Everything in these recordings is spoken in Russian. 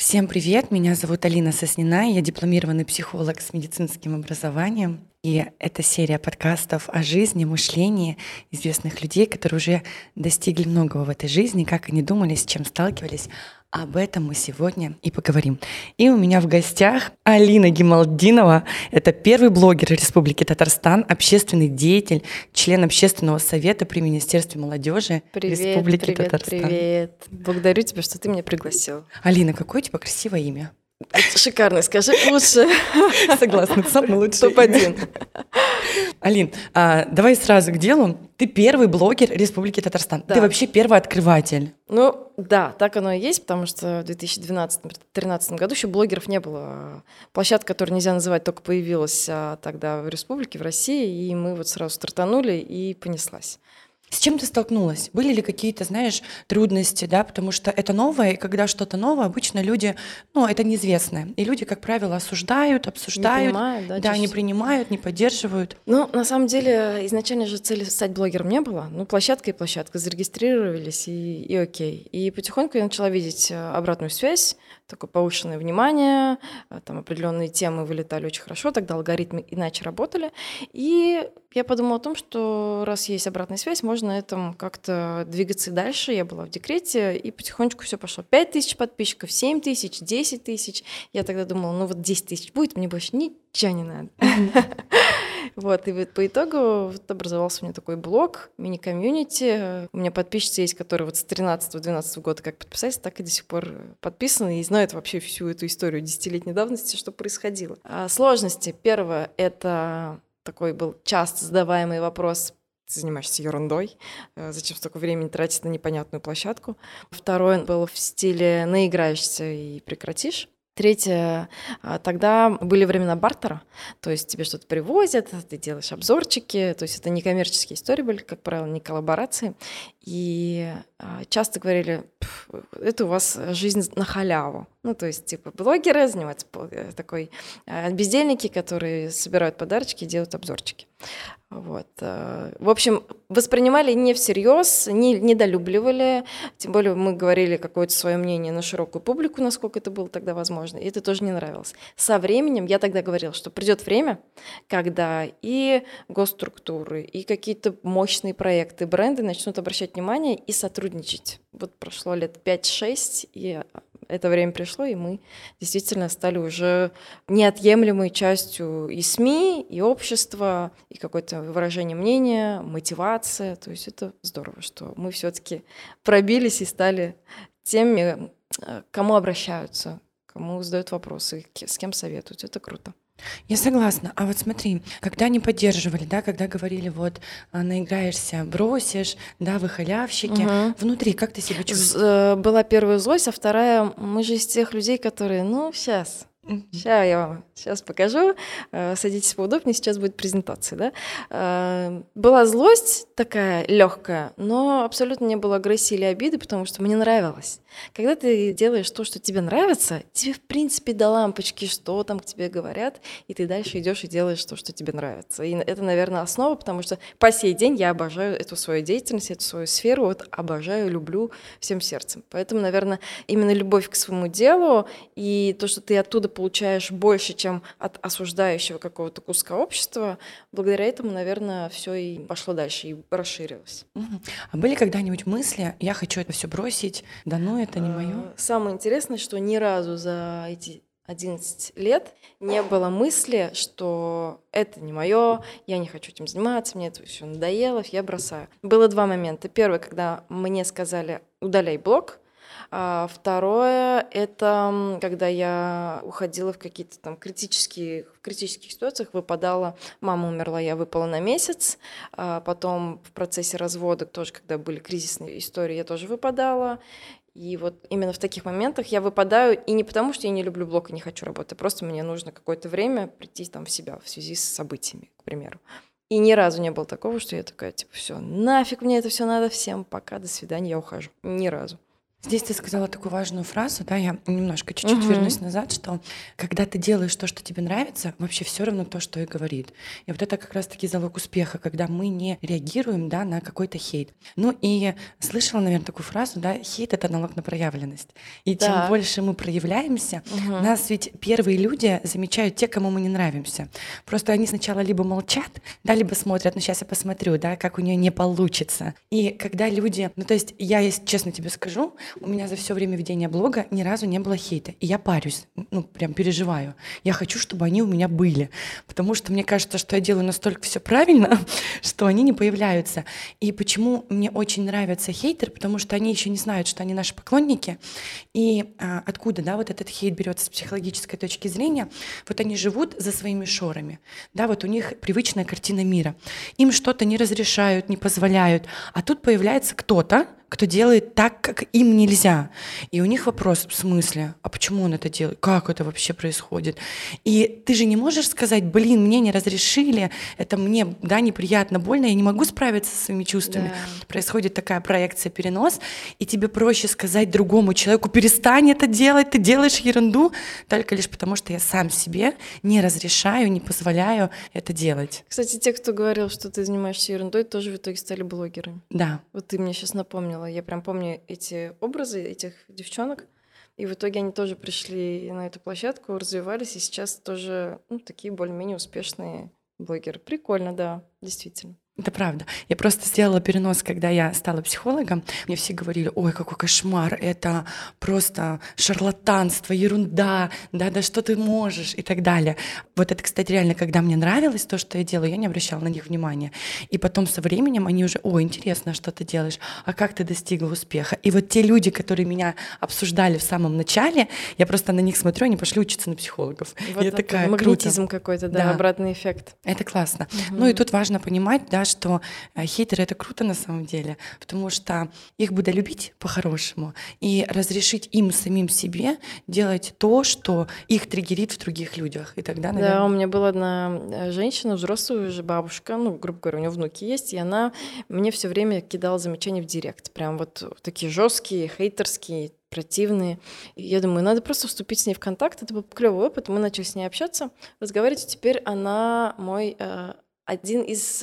Всем привет, меня зовут Алина Соснина, я дипломированный психолог с медицинским образованием. И это серия подкастов о жизни, мышлении известных людей, которые уже достигли многого в этой жизни, как они думали, с чем сталкивались. Об этом мы сегодня и поговорим. И у меня в гостях Алина Гималдинова. Это первый блогер Республики Татарстан, общественный деятель, член общественного совета при Министерстве молодежи Республики Татарстан. Привет. Благодарю тебя, что ты меня пригласил. Алина, какое у тебя красивое имя? Это шикарно, скажи лучше. Согласна, это самое лучшее Топ-1. Алин, давай сразу к делу. Ты первый блогер Республики Татарстан. Да. Ты вообще первый открыватель. Ну да, так оно и есть, потому что в 2012-2013 году еще блогеров не было. Площадка, которую нельзя называть, только появилась тогда в республике, в России, и мы вот сразу стартанули, и понеслась. С чем ты столкнулась? Были ли какие-то, знаешь, трудности, да, потому что это новое, и когда что-то новое, обычно люди, это неизвестное, и люди, как правило, осуждают, обсуждают, Не принимают, да, не принимают, не поддерживают. Ну, на самом деле, изначально же цели стать блогером не было. Площадка и площадка, зарегистрировались, и окей. И потихоньку я начала видеть обратную связь, такое повышенное внимание, там определенные темы вылетали очень хорошо, тогда алгоритмы иначе работали. И я подумала о том, что раз есть обратная связь, можно на этом как-то двигаться дальше. Я была в декрете, и потихонечку все пошло. 5 тысяч подписчиков, 7 тысяч, 10 тысяч. Я тогда думала, 10 тысяч будет, мне больше ничего не надо. Вот, и вот по итогу образовался у меня такой блог, мини-комьюнити. У меня подписчицы есть, которые вот с 13-12 года как подписались, так и до сих пор подписаны и знают вообще всю эту историю десятилетней давности, что происходило. Сложности. Первое — это такой был часто задаваемый вопрос: ты занимаешься ерундой, зачем столько времени тратить на непонятную площадку? Второе было в стиле наиграешься и прекратишь. Третье, тогда были времена бартера, то есть тебе что-то привозят, ты делаешь обзорчики, то есть это не коммерческие истории были, как правило, не коллаборации. И часто говорили, это у вас жизнь на халяву. То есть типа блогеры занимаются такой бездельники, которые собирают подарочки и делают обзорчики. Вот. В общем, воспринимали не всерьез, не недолюбливали, тем более мы говорили какое-то свое мнение на широкую публику, насколько это было тогда возможно, и это тоже не нравилось. Со временем я тогда говорила, что придет время, когда и госструктуры, и какие-то мощные проекты, бренды начнут обращать внимание и сотрудничать. Вот прошло лет 5-6, и это время пришло, и мы действительно стали уже неотъемлемой частью и СМИ, и общества, и какое-то выражение мнения, мотивация. То есть это здорово, что мы все-таки пробились и стали теми, к кому обращаются, кому задают вопросы, с кем советуют. Это круто. Я согласна. А вот смотри, когда они поддерживали, да, когда говорили, наиграешься, бросишь, да, вы халявщики, внутри как ты себя чувствуешь? Была первая злость, а вторая, мы же из тех людей, которые, сейчас я вам покажу, садитесь поудобнее, сейчас будет презентация, да. Была злость такая легкая, но абсолютно не было агрессии или обиды, потому что мне нравилось. Когда ты делаешь то, что тебе нравится, тебе в принципе до лампочки, что там к тебе говорят, и ты дальше идешь и делаешь то, что тебе нравится. И это, наверное, основа, потому что по сей день я обожаю эту свою деятельность, эту свою сферу, обожаю, люблю всем сердцем. Поэтому, наверное, именно любовь к своему делу и то, что ты оттуда получаешь больше, чем от осуждающего какого-то куска общества, благодаря этому, наверное, все и пошло дальше и расширилось. А были когда-нибудь мысли, я хочу это все бросить, да это не мое? Самое интересное, что ни разу за эти 11 лет не было мысли, что это не мое, я не хочу этим заниматься, мне это все надоело, я бросаю. Было два момента. Первый, когда мне сказали «удаляй блог», а второе — это когда я уходила в какие-то там критических ситуациях, выпадала, мама умерла, я выпала на месяц, потом в процессе развода тоже, когда были кризисные истории, я тоже выпадала. И вот именно в таких моментах я выпадаю, и не потому, что я не люблю блог и не хочу работать, просто мне нужно какое-то время прийти там в себя в связи с событиями, к примеру. И ни разу не было такого, что я такая, все, нафиг мне это все надо, всем пока, до свидания, я ухожу. Ни разу. Здесь ты сказала такую важную фразу, да, я немножко чуть-чуть вернусь назад, что когда ты делаешь то, что тебе нравится, вообще все равно то, что и говорит. И вот это как раз-таки залог успеха, когда мы не реагируем, да, на какой-то хейт. Ну и слышала, наверное, такую фразу, да, хейт — это налог на проявленность. И чем Так. больше мы проявляемся, нас ведь первые люди замечают те, кому мы не нравимся. Просто они сначала либо молчат, да, либо смотрят, ну сейчас я посмотрю, да, как у нее не получится. И когда люди, ну то есть я, если честно тебе скажу, у меня за все время ведения блога ни разу не было хейта. И я парюсь, ну, прям переживаю. Я хочу, чтобы они у меня были. Потому что мне кажется, что я делаю настолько все правильно, что они не появляются. И почему мне очень нравятся хейтеры? Потому что они еще не знают, что они наши поклонники. И откуда, да, вот этот хейт берется с психологической точки зрения. Вот они живут за своими шорами. Да, вот у них привычная картина мира. Им что-то не разрешают, не позволяют. А тут появляется кто-то, кто делает так, как им нельзя. И у них вопрос: в смысле? А почему он это делает? Как это вообще происходит? И ты же не можешь сказать: блин, мне не разрешили, это мне, да, неприятно, больно, я не могу справиться со своими чувствами. Да. Происходит такая проекция, перенос, и тебе проще сказать другому человеку: перестань это делать, ты делаешь ерунду, только лишь потому, что я сам себе не разрешаю, не позволяю это делать. Кстати, те, кто говорил, что ты занимаешься ерундой, тоже в итоге стали блогерами. Да. Вот ты мне сейчас напомнила. Я прям помню эти образы этих девчонок. И в итоге они тоже пришли на эту площадку, развивались, и сейчас тоже, ну, такие более-менее успешные блогеры. Прикольно, да, действительно. Это правда. Я просто сделала перенос, когда я стала психологом. Мне все говорили: ой, какой кошмар, это просто шарлатанство, ерунда, да что ты можешь и так далее. Вот это, кстати, реально, когда мне нравилось то, что я делаю, я не обращала на них внимания. И потом со временем они уже: ой, интересно, что ты делаешь, а как ты достигла успеха? И вот те люди, которые меня обсуждали в самом начале, я просто на них смотрю, они пошли учиться на психологов. Вот я это такая: магнетизм круто. какой-то, да, обратный эффект. Это классно. Ну и тут важно понимать, да, что хейтеры — это круто на самом деле, потому что их бы долюбить по-хорошему и разрешить им самим себе делать то, что их триггерит в других людях. И тогда, наверное... Да, у меня была одна женщина, взрослая уже бабушка, ну, грубо говоря, у нее внуки есть, и она мне все время кидала замечания в директ. Прям вот такие жесткие, хейтерские, противные. И я думаю, надо просто вступить с ней в контакт. Это был клевый опыт. Мы начали с ней общаться, разговаривать. И теперь она мой один из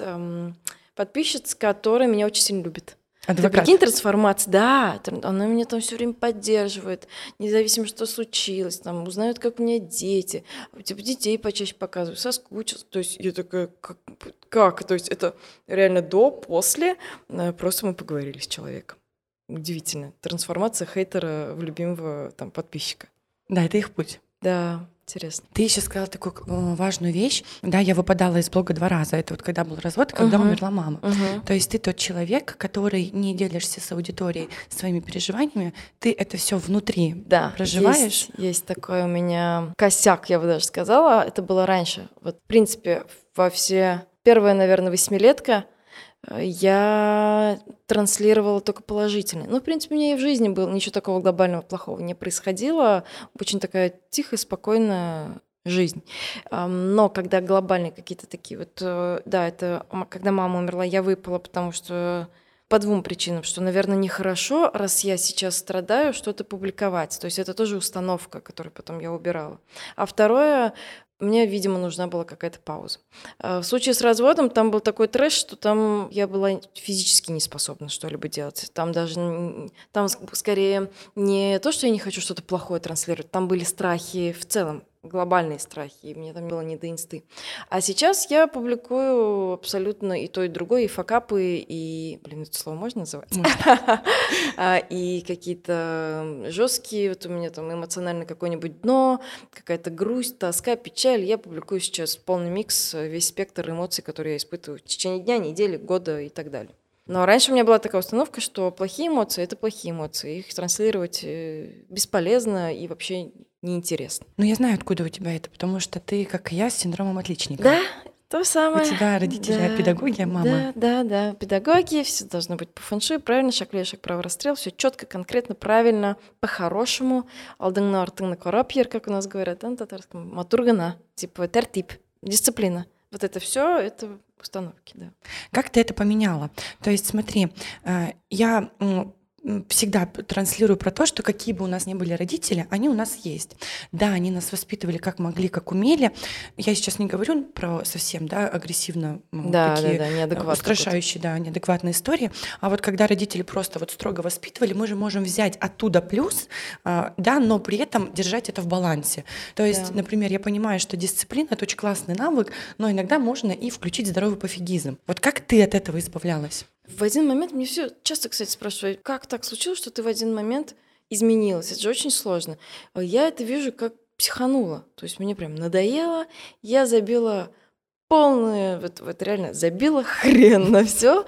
подписчиц, который меня очень сильно любит. Адвокат. Ты прикинь, трансформация, да, она меня там все время поддерживает, независимо, что случилось, там, узнают, как у меня дети, типа детей почаще показываю, соскучился. То есть я такая: как? То есть это реально до, после, просто мы поговорили с человеком. Удивительно. Трансформация хейтера в любимого там подписчика. Да, это их путь. Да, интересно. Ты еще сказала такую важную вещь. Да, я выпадала из блога 2 раза. Это вот когда был развод, и когда умерла мама. То есть ты тот человек, который не делишься с аудиторией своими переживаниями, ты это все внутри проживаешь. Есть такой у меня косяк, я бы даже сказала. Это было раньше. Вот, в принципе, во все первая, наверное, 8-летка я транслировала только положительное. Ну, в принципе, у меня и в жизни было ничего такого глобального плохого не происходило. Очень такая тихая, спокойная жизнь. Но когда глобальные какие-то такие вот... Да, это когда мама умерла, я выпала, потому что по 2 причинам, что, наверное, нехорошо, раз я сейчас страдаю, что-то публиковать. То есть это тоже установка, которую потом я убирала. А второе, мне, видимо, нужна была какая-то пауза. В случае с разводом там был такой трэш, что там я была физически не способна что-либо делать. Там даже, там скорее не то, что я не хочу что-то плохое транслировать, там были страхи в целом, глобальные страхи, и мне там было не до инсты. А сейчас я публикую абсолютно и то, и другое, и факапы, и... Блин, это слово можно называть? И какие-то жесткие, вот у меня там эмоционально какое-нибудь дно, какая-то грусть, тоска, печаль. Я публикую сейчас полный микс, весь спектр эмоций, которые я испытываю в течение дня, недели, года и так далее. Но раньше у меня была такая установка, что плохие эмоции — это плохие эмоции. Их транслировать бесполезно и вообще неинтересно. Ну, я знаю, откуда у тебя это, потому что ты, как и я, с синдромом отличника. Да, то самое. У тебя родители педагоги, мама. Да, педагоги, все должно быть по фэншуй, правильно, шаг левый, шаг правый, расстрел, все четко, конкретно, правильно, по-хорошему. Алдыңны артыңны қарап ер, как у нас говорят, на татарском, матургана, типа тәртип, дисциплина. Вот это все, это установки, да. Как ты это поменяла? То есть смотри, я всегда транслирую про то, что какие бы у нас ни были родители, они у нас есть. Да, они нас воспитывали как могли, как умели. Я сейчас не говорю про совсем, да, агрессивно такие неадекватные устрашающие, да, неадекватные истории. А вот когда родители просто вот строго воспитывали, мы же можем взять оттуда плюс, да, но при этом держать это в балансе. То есть, например, я понимаю, что дисциплина — это очень классный навык, но иногда можно и включить здоровый пофигизм. Вот как ты от этого избавлялась? В один момент мне все часто, кстати, спрашивают, как так случилось, что ты в один момент изменилась? Это же очень сложно. Я это вижу как психанула. То есть мне прям надоело, я забила полную, вот реально забила хрен на все,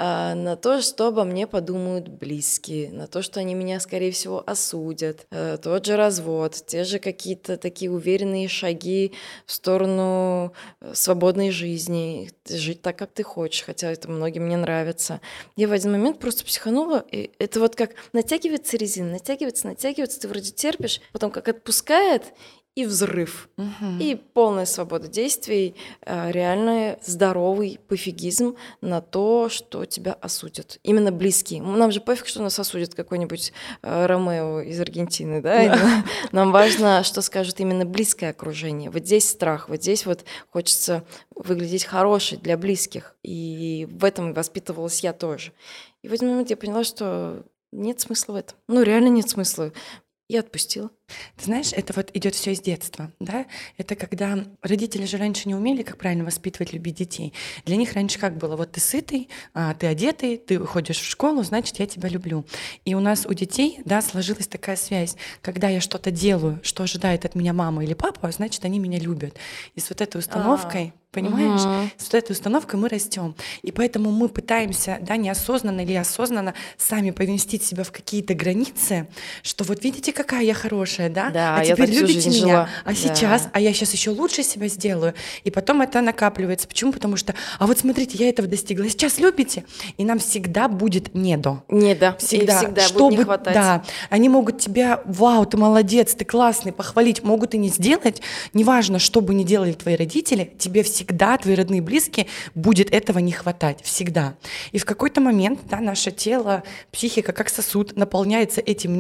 на то, что обо мне подумают близкие, на то, что они меня, скорее всего, осудят. Тот же развод, те же какие-то такие уверенные шаги в сторону свободной жизни, жить так, как ты хочешь, хотя это многим не нравится. Я в один момент просто психанула, и это вот как натягивается резина, натягивается, ты вроде терпишь, потом как отпускает, и взрыв, и полная свобода действий, реально здоровый пофигизм на то, что тебя осудят. Именно близкие. Нам же пофиг, что нас осудит какой-нибудь Ромео из Аргентины, да? Нам важно, что скажет именно близкое окружение. Вот здесь страх, вот здесь вот хочется выглядеть хорошей для близких. И в этом воспитывалась я тоже. И в этот момент я поняла, что нет смысла в этом. Ну, реально нет смысла. И отпустила. Ты знаешь, это вот идет все из детства, да? Это когда родители же раньше не умели, как правильно воспитывать, любить детей. Для них раньше как было? Вот ты сытый, ты одетый, ты ходишь в школу, значит, я тебя люблю. И у нас у детей, да, сложилась такая связь. Когда я что-то делаю, что ожидает от меня мама или папа, значит, они меня любят. И с вот этой установкой, понимаешь, с вот этой установкой мы растем. И поэтому мы пытаемся, да, неосознанно или осознанно сами поместить себя в какие-то границы, что вот видите, какая я хорошая, да? А я теперь так всю любите жизнь меня, жила. а сейчас, я сейчас еще лучше себя сделаю. И потом это накапливается. Почему? Потому что, вот смотрите, я этого достигла, сейчас любите, и нам всегда будет недо. Всегда будет не хватать. Да, они могут тебя, вау, ты молодец, ты классный, похвалить, могут и не сделать. Неважно, что бы ни делали твои родители, тебе всегда, твои родные, близкие, будет этого не хватать, всегда. И в какой-то момент, да, наше тело, психика, как сосуд, наполняется этим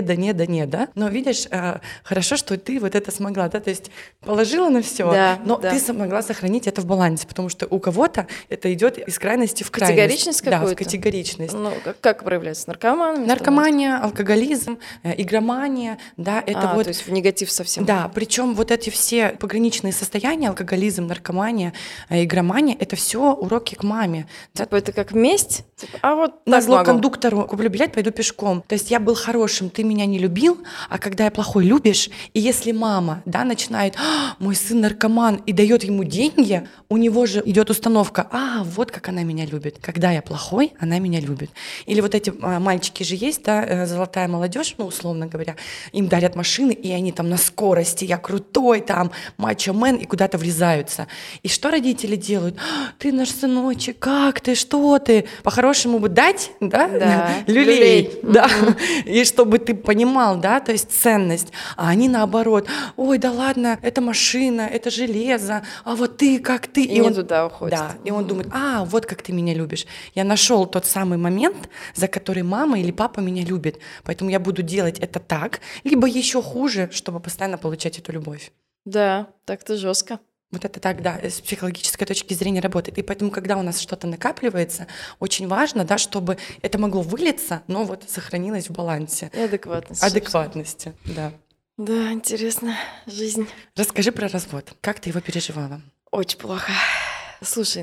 недо. Но видишь, хорошо, что ты вот это смогла, да, то есть положила на все, но ты смогла сохранить это в балансе, потому что у кого-то это идет из крайности в крайность. Категоричность какую-то? Да, в категоричность. Ну, как проявляется? Наркомания, алкоголизм, игромания, да, это вот... то есть в негатив совсем. Да, причем вот эти все пограничные состояния, алкоголизм, наркомания, игромания, это все уроки к маме. Типа это как месть? Назло кондуктору куплю билет, пойду пешком. То есть я был хорошим, ты меня не любил, а когда я плохой, любишь. И если мама, да, начинает, мой сын наркоман, и дает ему деньги, у него же идет установка, вот как она меня любит. Когда я плохой, она меня любит. Или вот эти мальчики же есть, да, золотая молодежь, ну, условно говоря, им дарят машины, и они там на скорости, я крутой, там, мачо-мен, и куда-то врезаются. И что родители делают? Ты наш сыночек, как ты, что ты? По-хорошему бы дать, да? Люлей. Да. И чтобы ты понимал, да, то есть ценность. А они наоборот, ой, да ладно, это машина, это железо, а вот ты, как ты. И он туда уходит. Да, и он думает, вот как ты меня любишь. Я нашел тот самый момент, за который мама или папа меня любит. Поэтому я буду делать это так, либо еще хуже, чтобы постоянно получать эту любовь. Да, так-то жестко. Вот это так, да, с психологической точки зрения работает. И поэтому, когда у нас что-то накапливается, очень важно, да, чтобы это могло вылиться, но вот сохранилось в балансе. И адекватность. Адекватности, да. Да, интересно, жизнь. Расскажи про развод. Как ты его переживала? Очень плохо. Слушай,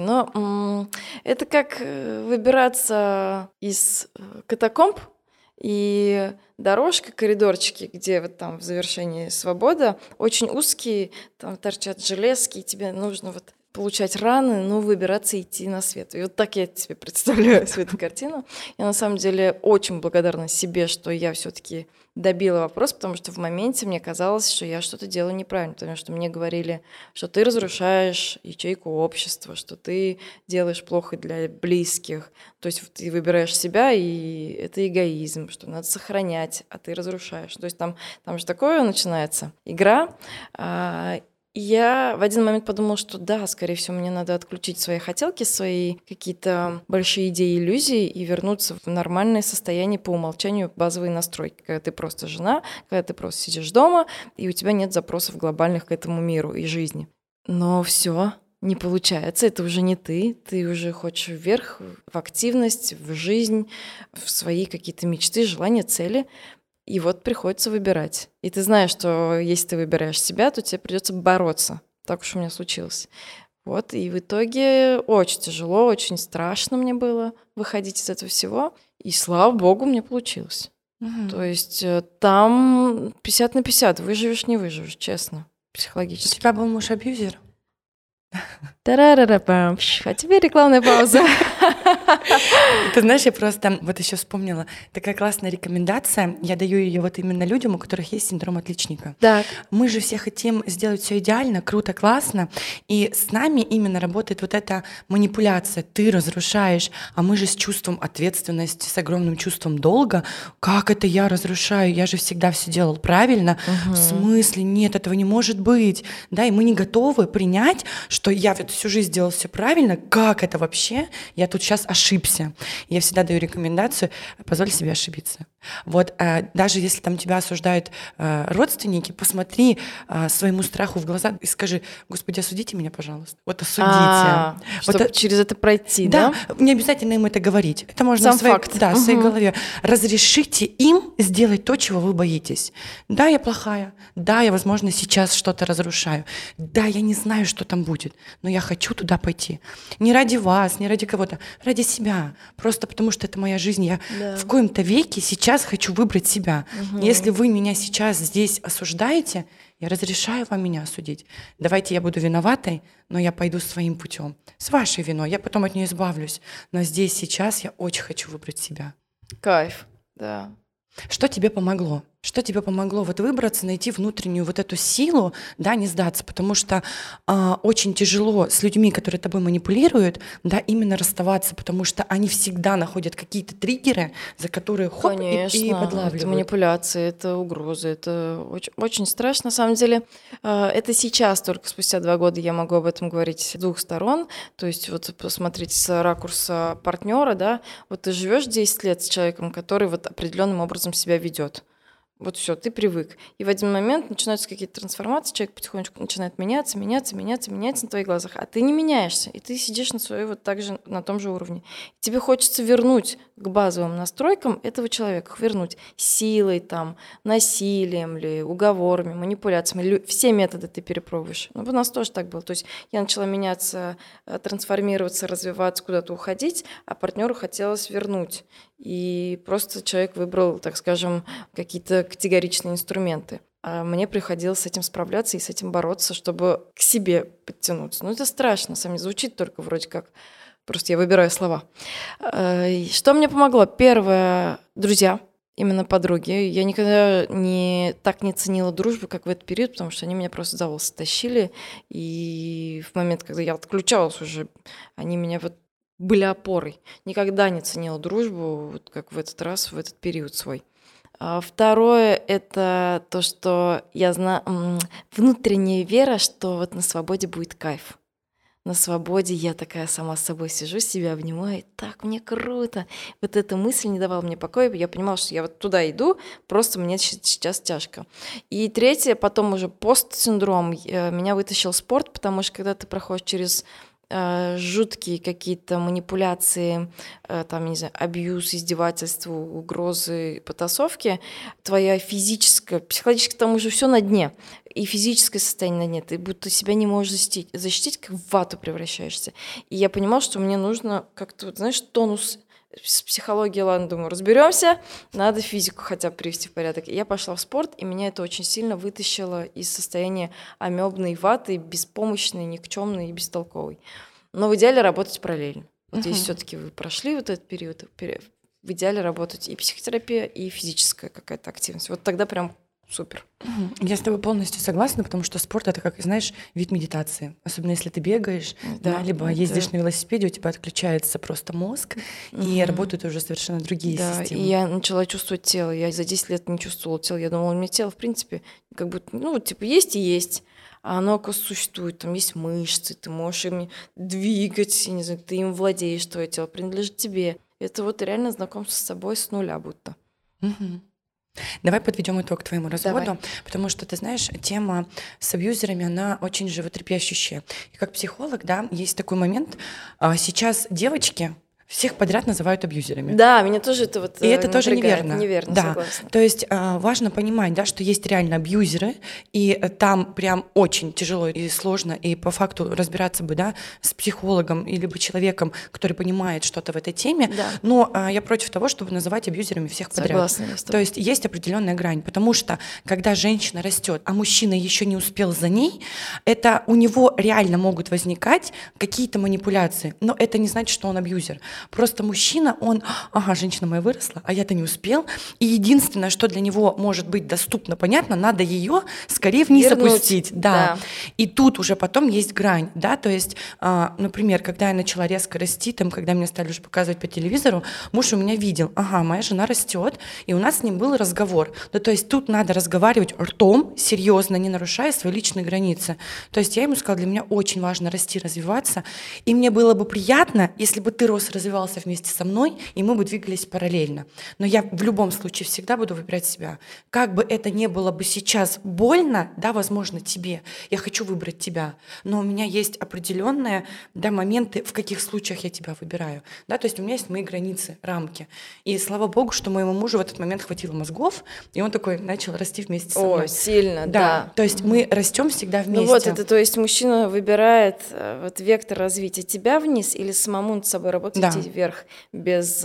это как выбираться из катакомб, и дорожка, коридорчики, где вот там в завершении свобода, очень узкие, там торчат железки, и тебе нужно вот получать раны, но выбираться и идти на свет. И вот так я себе представляю всю эту картину. Я на самом деле очень благодарна себе, что я все-таки добила вопрос, потому что в моменте мне казалось, что я что-то делаю неправильно, потому что мне говорили, что ты разрушаешь ячейку общества, что ты делаешь плохо для близких. То есть ты выбираешь себя, и это эгоизм, что надо сохранять, а ты разрушаешь. То есть там же такое начинается игра. Я в один момент подумала, что да, скорее всего, мне надо отключить свои хотелки, свои какие-то большие идеи, иллюзии и вернуться в нормальное состояние по умолчанию, базовые настройки, когда ты просто жена, когда ты просто сидишь дома, и у тебя нет запросов глобальных к этому миру и жизни. Но все не получается, это уже не ты уже хочешь вверх, в активность, в жизнь, в свои какие-то мечты, желания, цели. И вот приходится выбирать. И ты знаешь, что если ты выбираешь себя, то тебе придется бороться. Так уж у меня случилось. Вот, и в итоге очень тяжело, очень страшно мне было выходить из этого всего. И слава богу, мне получилось. То есть там 50 на 50, выживешь, не выживешь, честно, У психологически. тебя был муж-абьюзер? Тарарарапам. А теперь рекламная пауза. Ты знаешь, я просто вот еще вспомнила, такая классная рекомендация, я даю ее вот именно людям, у которых есть синдром отличника. Так. Мы же все хотим сделать все идеально, круто, классно, и с нами именно работает вот эта манипуляция. Ты разрушаешь, а мы же с чувством ответственности, с огромным чувством долга. Как это я разрушаю? Я же всегда все делал правильно. В смысле? Нет, этого не может быть. Да, и мы не готовы принять, что я вот всю жизнь делал все правильно. Как это вообще? Я тут сейчас ошибся. Я всегда даю рекомендацию: позволь себе ошибиться. Вот даже если там тебя осуждают родственники, посмотри своему страху в глаза и скажи: Господи, осудите меня, пожалуйста. Вот осудите. Чтобы через это пройти, да? Не обязательно им это говорить. Это можно Сам факт. в своей голове. Разрешите им сделать то, чего вы боитесь. Да, я плохая. Да, я, возможно, сейчас что-то разрушаю. Да, я не знаю, что там будет, но я хочу туда пойти. Не ради вас, не ради кого-то, ради себя. Просто потому, что это моя жизнь. Я в коем-то веке сейчас хочу выбрать себя. Если вы меня сейчас здесь осуждаете, я разрешаю вам меня осудить. Давайте я буду виноватой, но я пойду своим путем. С вашей виной. Я потом от нее избавлюсь. Но здесь, сейчас я очень хочу выбрать себя. Кайф, да. Что тебе помогло? Что тебе помогло вот выбраться, найти внутреннюю вот эту силу, да, не сдаться? Потому что очень тяжело с людьми, которые тобой манипулируют, да, именно расставаться, потому что они всегда находят какие-то триггеры, за которые хоп, и подлавливают. Это манипуляции, это угрозы, это очень, очень страшно. На самом деле, это сейчас, только спустя 2 года я могу об этом говорить с 2 сторон. То есть вот посмотреть с ракурса партнера, да, вот ты живешь 10 лет с человеком, который вот определенным образом себя ведет. Вот все, ты привык. И в один момент начинаются какие-то трансформации, человек потихонечку начинает меняться на твоих глазах, а ты не меняешься, и ты сидишь на своей вот так же, на том же уровне. Тебе хочется вернуть к базовым настройкам этого человека, вернуть силой, там, насилием ли, уговорами, манипуляциями, все методы ты перепробуешь. Ну, у нас тоже так было. То есть я начала меняться, трансформироваться, развиваться, куда-то уходить, а партнеру хотелось вернуть. И просто человек выбрал, так скажем, какие-то категоричные инструменты. А мне приходилось с этим справляться и с этим бороться, чтобы к себе подтянуться. Ну, это страшно, на самом деле, звучит только вроде как. Просто я выбираю слова. Что мне помогло? Первое — друзья, именно подруги. Я никогда так не ценила дружбу, как в этот период, потому что они меня просто за волосы тащили. И в момент, когда я отключалась уже, они меня вот были опорой. Никогда не ценила дружбу, вот как в этот раз, в этот период свой. Второе — это то, что я знаю, внутренняя вера, что вот на свободе будет кайф. На свободе я такая сама с собой сижу, себя обнимаю, так мне круто. Вот эта мысль не давала мне покоя, я понимала, что я вот туда иду, просто мне сейчас тяжко. И третье, потом уже постсиндром, меня вытащил спорт, потому что когда ты проходишь через жуткие какие-то манипуляции, там, не знаю, абьюз, издевательства, угрозы, потасовки, твоя физическая, психологически там уже все на дне, и физическое состояние на дне, ты будто себя не можешь защитить, как в вату превращаешься. И я понимала, что мне нужно как-то, вот, знаешь, тонус. С психологией, ладно, думаю, разберемся, надо физику хотя бы привести в порядок. И я пошла в спорт, и меня это очень сильно вытащило из состояния амебной ваты, беспомощной, никчемной и бестолковой. Но в идеале работать параллельно. Вот если все-таки вы прошли вот этот период, в идеале работать и психотерапия, и физическая какая-то активность. Вот тогда прям супер. Я с тобой полностью согласна, потому что спорт — это, как, знаешь, вид медитации. Особенно если ты бегаешь, Да, либо это- ездишь на велосипеде, у тебя отключается просто мозг, и работают уже совершенно другие Да, и системы. я начала чувствовать тело. Я за 10 лет не чувствовала тело. Я думала, у меня тело, в принципе, как будто, ну, вот, типа, есть и есть. А оно, оказывается, существует. Там есть мышцы, ты можешь ими двигать, я не знаю, ты им владеешь, твое тело принадлежит тебе. Это вот реально знакомство с собой с нуля будто. Мгм. Давай подведем итог твоему Давай. разводу, потому что, ты знаешь, тема с абьюзерами, она очень животрепещущая. И как психолог, да, есть такой момент. Сейчас девочки всех подряд называют абьюзерами. Да, меня тоже это вот И это тоже напрягает. неверно. Неверно, Да. согласна. То есть важно понимать, да, что есть реально абьюзеры, и там прям очень тяжело и сложно, и по факту разбираться бы, да, с психологом или человеком, который понимает что-то в этой теме. Да. Но я против того, чтобы называть абьюзерами всех подряд. Согласна я с тобой. То есть определенная грань, потому что когда женщина растет, а мужчина еще не успел за ней, это у него реально могут возникать какие-то манипуляции, но это не значит, что он абьюзер. Просто мужчина, он, ага, женщина моя выросла, а я-то не успел, и единственное, что для него может быть доступно, понятно, надо ее скорее вниз Вернуть. опустить, да. И тут уже потом есть грань, да, то есть, например, когда я начала резко расти, там, когда меня стали уже показывать по телевизору, муж у меня видел, ага, моя жена растет, и у нас с ним был разговор. Ну, то есть тут надо разговаривать ртом, серьезно, не нарушая свои личные границы. То есть я ему сказала, для меня очень важно расти, развиваться, и мне было бы приятно, если бы ты рос, развивался вместе со мной, и мы бы двигались параллельно. Но я в любом случае всегда буду выбирать себя. Как бы это ни было бы сейчас больно, да, возможно, тебе, я хочу выбрать тебя, но у меня есть определенные, да, моменты, в каких случаях я тебя выбираю. Да, то есть у меня есть мои границы, рамки. И слава богу, что моему мужу в этот момент хватило мозгов, и он такой начал расти вместе со мной. О, сильно, Да, да. то есть мы растем всегда вместе. Ну вот это, то есть мужчина выбирает вот вектор развития тебя вниз или самому над собой работать Да. идти вверх без,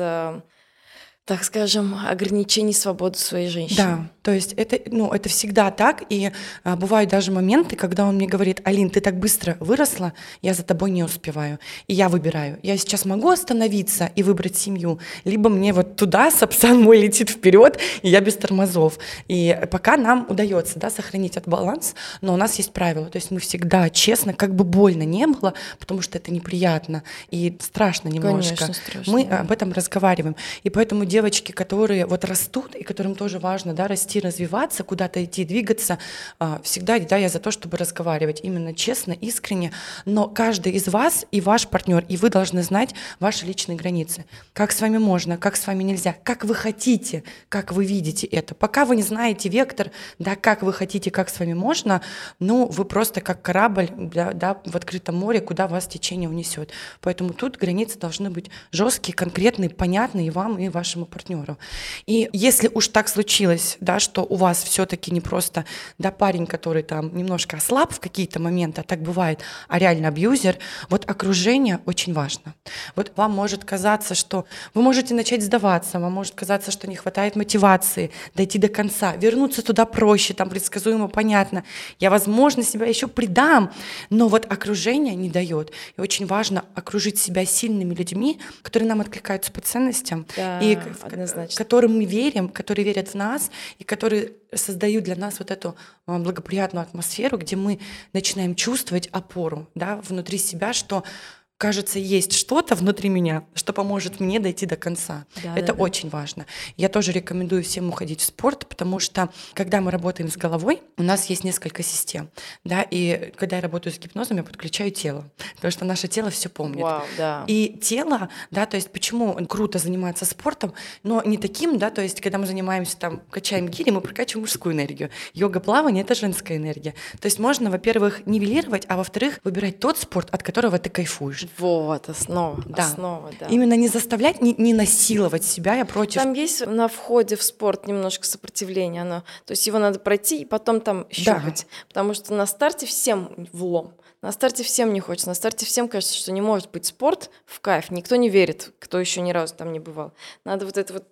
так скажем, ограничений свободы своей женщины. Да, то есть это всегда так, и бывают даже моменты, когда он мне говорит: Алин, ты так быстро выросла, я за тобой не успеваю, и я выбираю. Я сейчас могу остановиться и выбрать семью, либо мне вот туда Сапсан мой летит вперед, и я без тормозов. И пока нам удается, да, сохранить этот баланс, но у нас есть правила, то есть мы всегда честно, как бы больно не было, потому что это неприятно и страшно немножко. Конечно, страшно, Мы да. об этом разговариваем, и поэтому девочки, которые вот растут, и которым тоже важно, да, расти, развиваться, куда-то идти, двигаться, всегда, да, я за то, чтобы разговаривать именно честно, искренне, но каждый из вас и ваш партнер, и вы должны знать ваши личные границы. Как с вами можно, как с вами нельзя, как вы хотите, как вы видите это. Пока вы не знаете вектор, да, как вы хотите, как с вами можно, ну, вы просто как корабль, да, в открытом море, куда вас течение унесет. Поэтому тут границы должны быть жесткие, конкретные, понятные и вам, и вашему партнеру. И если уж так случилось, да, что у вас все-таки не просто, да, парень, который там немножко ослаб в какие-то моменты, а так бывает, а реально абьюзер, вот окружение очень важно. Вот вам может казаться, что вы можете начать сдаваться, вам может казаться, что не хватает мотивации дойти до конца, вернуться туда проще, там предсказуемо, понятно. Я, возможно, себя еще предам, но вот окружение не дает. И очень важно окружить себя сильными людьми, которые нам откликаются по ценностям, Да, и однозначно. которым мы верим, которые верят в нас, и которые создают для нас вот эту благоприятную атмосферу, где мы начинаем чувствовать опору, да, внутри себя, что кажется, есть что-то внутри меня, что поможет мне дойти до конца. Да, Это да, да. очень важно. Я тоже рекомендую всем уходить в спорт, потому что, когда мы работаем с головой, у нас есть несколько систем. Да, и когда я работаю с гипнозом, я подключаю тело, потому что наше тело все помнит. Вау, да. И тело, да, то есть почему круто заниматься спортом, но не таким, да, то есть когда мы занимаемся, там, качаем гири, мы прокачиваем мужскую энергию. Йога, плавание — это женская энергия. То есть можно, во-первых, нивелировать, а во-вторых, выбирать тот спорт, от которого ты кайфуешь. Вот, основа, Да. основа, да. Именно не заставлять, не насиловать себя, я против. Там есть на входе в спорт немножко сопротивления, то есть его надо пройти и потом там щупать, потому что на старте всем влом. На старте всем не хочется, на старте всем кажется, что не может быть спорт в кайф, никто не верит, кто еще ни разу там не бывал. Надо вот это вот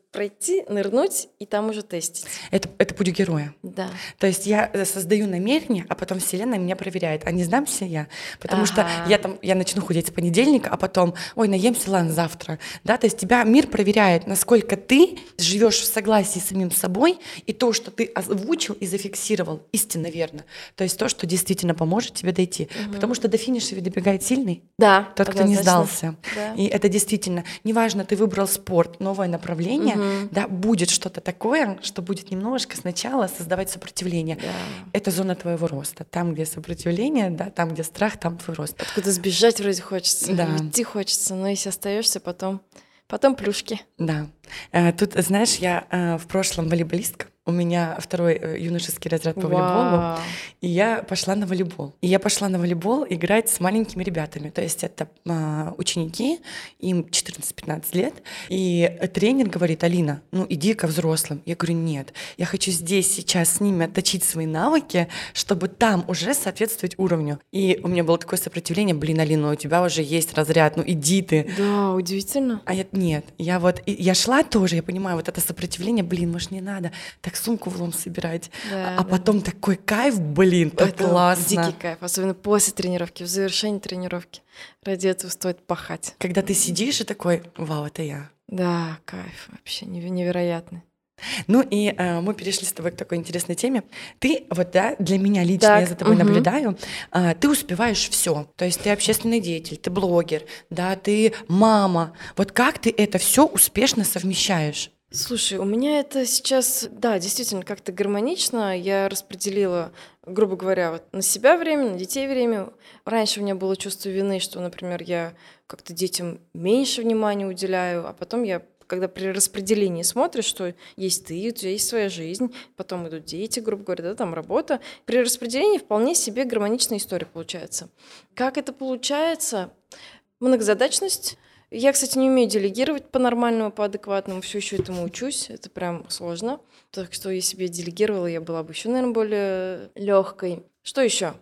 пройти, нырнуть и там уже тестить. Это путь героя. Да. То есть я создаю намерение, а потом Вселенная меня проверяет. А не сдамся я? Потому что я начну худеть с понедельника, а потом, наемся, ладно, завтра. Да? То есть тебя мир проверяет, насколько ты живешь в согласии с самим собой, и то, что ты озвучил и зафиксировал, истинно верно. То есть то, что действительно поможет тебе дойти. Потому что до финиша ведь добегает сильный. Да. Тот, кто не сдался. Да. И это действительно, неважно, ты выбрал спорт, новое направление, да, будет что-то такое, что будет немножко сначала создавать сопротивление. Да. Это зона твоего роста. Там, где сопротивление, да, там, где страх, там твой рост. Откуда сбежать вроде хочется, Да. уйти хочется, но если остаешься, потом плюшки. Да. Тут, знаешь, я в прошлом волейболистка. У меня второй юношеский разряд по волейболу, и я пошла на волейбол. И я пошла на волейбол играть с маленькими ребятами. То есть это ученики, им 14-15 лет. И тренер говорит: Алина, иди ко взрослым. Я говорю: нет, я хочу здесь сейчас с ними отточить свои навыки, чтобы там уже соответствовать уровню. И у меня было такое сопротивление: Алина, у тебя уже есть разряд, иди ты. Да, удивительно. А нет, я шла тоже, я понимаю, вот это сопротивление, может, не надо так сумку в лом собирать. Да, а потом такой кайф, так это классно. Дикий кайф, особенно после тренировки, в завершении тренировки. Ради этого стоит пахать. Когда ты сидишь и такой: вау, это я. Да, кайф вообще невероятный. И мы перешли с тобой к такой интересной теме. Ты, для меня лично, я за тобой наблюдаю, ты успеваешь все. То есть ты общественный деятель, ты блогер, да, ты мама. Как ты это все успешно совмещаешь? Слушай, у меня это сейчас, да, действительно как-то гармонично. Я распределила, грубо говоря, на себя время, на детей время. Раньше у меня было чувство вины, что, например, я как-то детям меньше внимания уделяю, а потом когда при распределении смотришь, что есть ты, у тебя есть своя жизнь, потом идут дети, грубо говоря, да, там работа. При распределении вполне себе гармоничная история получается. Как это получается? Многозадачность. Я, кстати, не умею делегировать по-нормальному, по-адекватному, все еще этому учусь, это прям сложно. Так что если бы я делегировала, я была бы еще, наверное, более легкой. Что еще?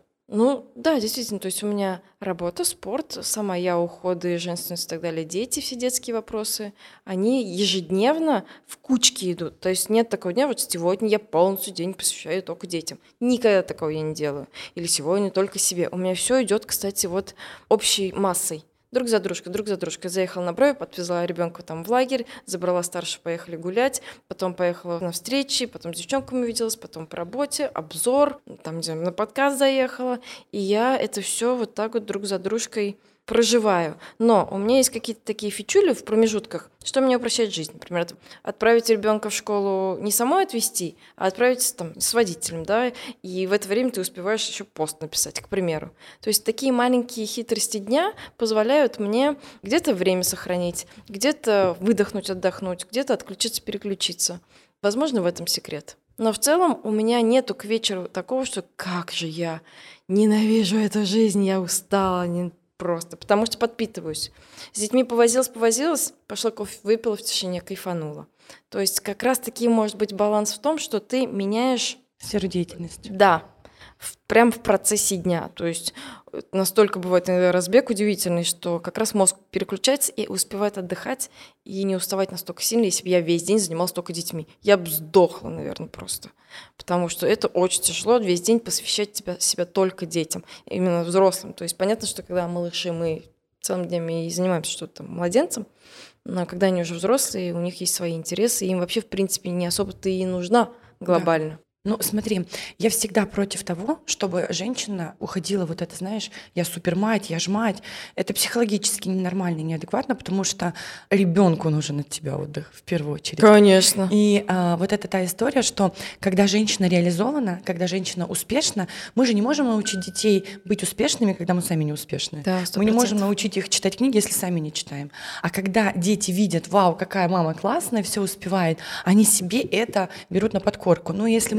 Да, действительно, то есть у меня работа, спорт, сама я, уходы, женственность и так далее, дети, все детские вопросы, они ежедневно в кучке идут. То есть нет такого дня, сегодня я полностью день посвящаю только детям. Никогда такого я не делаю. Или сегодня только себе. У меня все идет, кстати, общей массой. Друг за дружкой. Заехала на Брови, подвезла ребенка там в лагерь, забрала старшего, поехали гулять, потом поехала на встречи, потом с девчонками увиделась, потом по работе, обзор, там, не знаю, на подкаст заехала. И я это все так друг за дружкой проживаю. Но у меня есть какие-то такие фичули в промежутках, что мне упрощает жизнь. Например, отправить ребенка в школу не самой отвезти, а отправить там с водителем, да, и в это время ты успеваешь еще пост написать, к примеру. То есть такие маленькие хитрости дня позволяют мне где-то время сохранить, где-то выдохнуть, отдохнуть, где-то отключиться, переключиться. Возможно, в этом секрет. Но в целом у меня нету к вечеру такого, что как же я ненавижу эту жизнь, я устала, просто, потому что подпитываюсь. С детьми повозилась, пошла кофе выпила в тишине, кайфанула. То есть как раз-таки может быть баланс в том, что ты меняешь... Сферу деятельности. Да, прям в процессе дня. То есть настолько бывает иногда разбег удивительный, что как раз мозг переключается и успевает отдыхать и не уставать настолько сильно, если бы я весь день занималась только детьми. Я бы сдохла, наверное, просто. Потому что это очень тяжело, весь день посвящать себя только детям, именно взрослым. То есть понятно, что когда малыши, мы целыми днями и занимаемся что-то младенцем, но когда они уже взрослые, у них есть свои интересы, и им вообще, в принципе, не особо-то и нужна глобально. Да. Смотри, я всегда против того, чтобы женщина уходила знаешь, я супермать, я ж мать. Это психологически ненормально, неадекватно, потому что ребенку нужен от тебя отдых в первую очередь. Конечно. И это та история, что когда женщина реализована, когда женщина успешна, мы же не можем научить детей быть успешными, когда мы сами не успешны. Да, 100%. Мы не можем научить их читать книги, если сами не читаем. А когда дети видят: вау, какая мама классная, все успевает, они себе это берут на подкорку. Если мы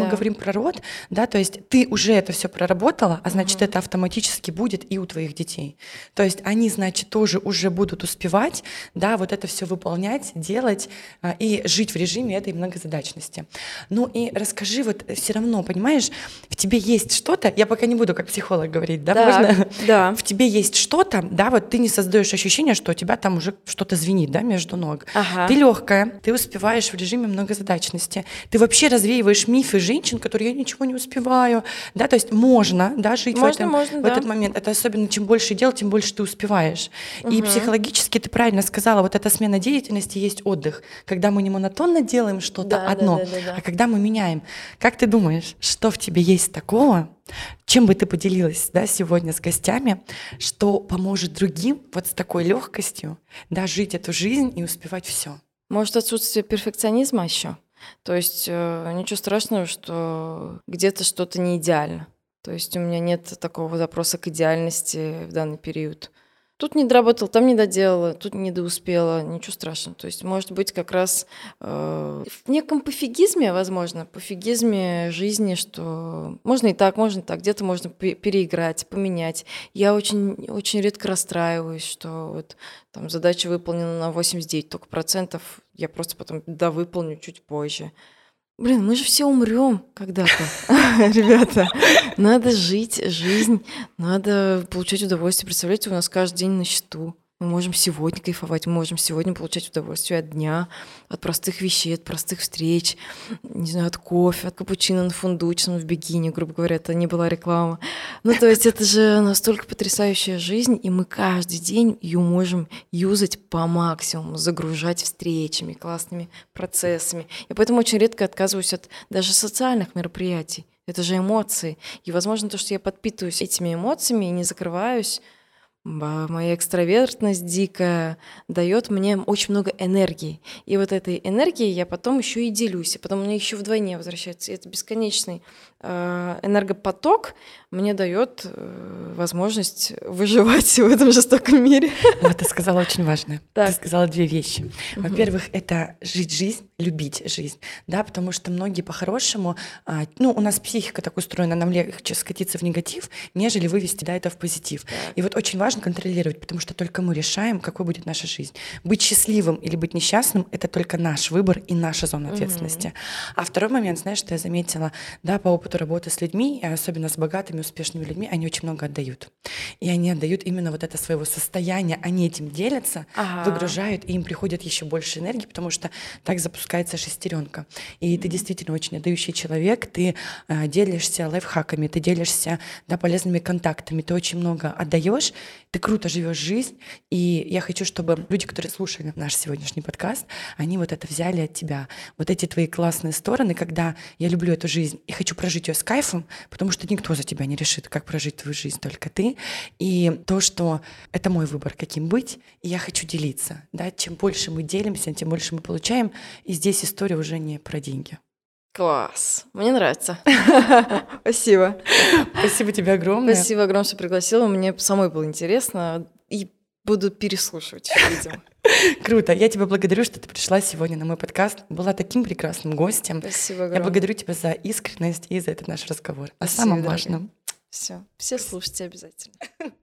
говорим про род, да, то есть ты уже это все проработала, а значит, это автоматически будет и у твоих детей. То есть они, значит, тоже уже будут успевать, да, вот это все выполнять, делать и жить в режиме этой многозадачности. Ну и расскажи, вот все равно, понимаешь, в тебе есть что-то, я пока не буду как психолог говорить, да, можно? Да. В тебе есть что-то, да, вот ты не создаешь ощущение, что у тебя там уже что-то звенит, да, между ног. Ты легкая, ты успеваешь в режиме многозадачности, ты вообще развеиваешь мифы женщин, которые я ничего не успеваю, да, то есть можно, да, жить в этот момент. Это особенно чем больше дел, тем больше ты успеваешь. И психологически ты правильно сказала, вот эта смена деятельности есть отдых, когда мы не монотонно делаем что-то одно, а когда мы меняем. Как ты думаешь, что в тебе есть такого, чем бы ты поделилась, да, сегодня с гостями, что поможет другим вот с такой легкостью, да, жить эту жизнь и успевать все? Может, отсутствие перфекционизма еще? То есть ничего страшного, что где-то что-то не идеально. То есть у меня нет такого запроса к идеальности в данный период. Тут не доработала, там не доделала, тут не доуспела, ничего страшного. То есть, может быть, как раз в неком пофигизме, возможно, пофигизме жизни, что можно и так, где-то можно переиграть, поменять. Я очень, очень редко расстраиваюсь, что вот там задача выполнена на 89 только процентов, я просто потом довыполню чуть позже. Блин, мы же все умрем когда-то, ребята. Надо жить жизнь, надо получать удовольствие. Представляете, у нас каждый день на счету. Мы можем сегодня кайфовать, мы можем сегодня получать удовольствие от дня, от простых вещей, от простых встреч, не знаю, от кофе, от капучино на фундучном в бикини, грубо говоря, это не была реклама. Ну, то есть это же настолько потрясающая жизнь, и мы каждый день ее можем юзать по максимуму, загружать встречами, классными процессами. И поэтому очень редко отказываюсь от даже социальных мероприятий. Это же эмоции. И, возможно, то, что я подпитываюсь этими эмоциями и не закрываюсь, моя экстравертность дикая дает мне очень много энергии. И вот этой энергией я потом еще и делюсь. И потом мне еще вдвойне возвращается. И это бесконечный энергопоток мне дает возможность выживать в этом жестоком мире. Вот ты сказала очень важное. Ты сказала две вещи. Во-первых, это жить жизнь, любить жизнь, да, потому что многие по-хорошему, ну, у нас психика так устроена, нам легче скатиться в негатив, нежели вывести, да, это в позитив. И вот очень важно контролировать, потому что только мы решаем, какой будет наша жизнь. Быть счастливым или быть несчастным — это только наш выбор и наша зона ответственности. А второй момент, знаешь, что я заметила, да, по опыту работы с людьми, особенно с богатыми, успешными людьми, они очень много отдают. И они отдают именно вот это своего состояния, они этим делятся, выгружают, и им приходит еще больше энергии, потому что так запускается шестеренка. И ты действительно очень отдающий человек, ты делишься лайфхаками, ты делишься, да, полезными контактами, ты очень много отдаешь, ты круто живешь жизнь, и я хочу, чтобы люди, которые слушали наш сегодняшний подкаст, они вот это взяли от тебя, вот эти твои классные стороны, когда я люблю эту жизнь и хочу прожить ее с кайфом, потому что никто за тебя не решит, как прожить твою жизнь, только ты, и то, что это мой выбор, каким быть, и я хочу делиться, да, чем больше мы делимся, тем больше мы получаем, и здесь история уже не про деньги. Класс, мне нравится. Спасибо. Спасибо тебе огромное. Спасибо огромное, что пригласила. Мне самой было интересно. И буду переслушивать, видимо. Круто. Я тебя благодарю, что ты пришла сегодня на мой подкаст. Была таким прекрасным гостем. Спасибо огромное. Я благодарю тебя за искренность и за этот наш разговор. О самом важном. Все слушайте обязательно.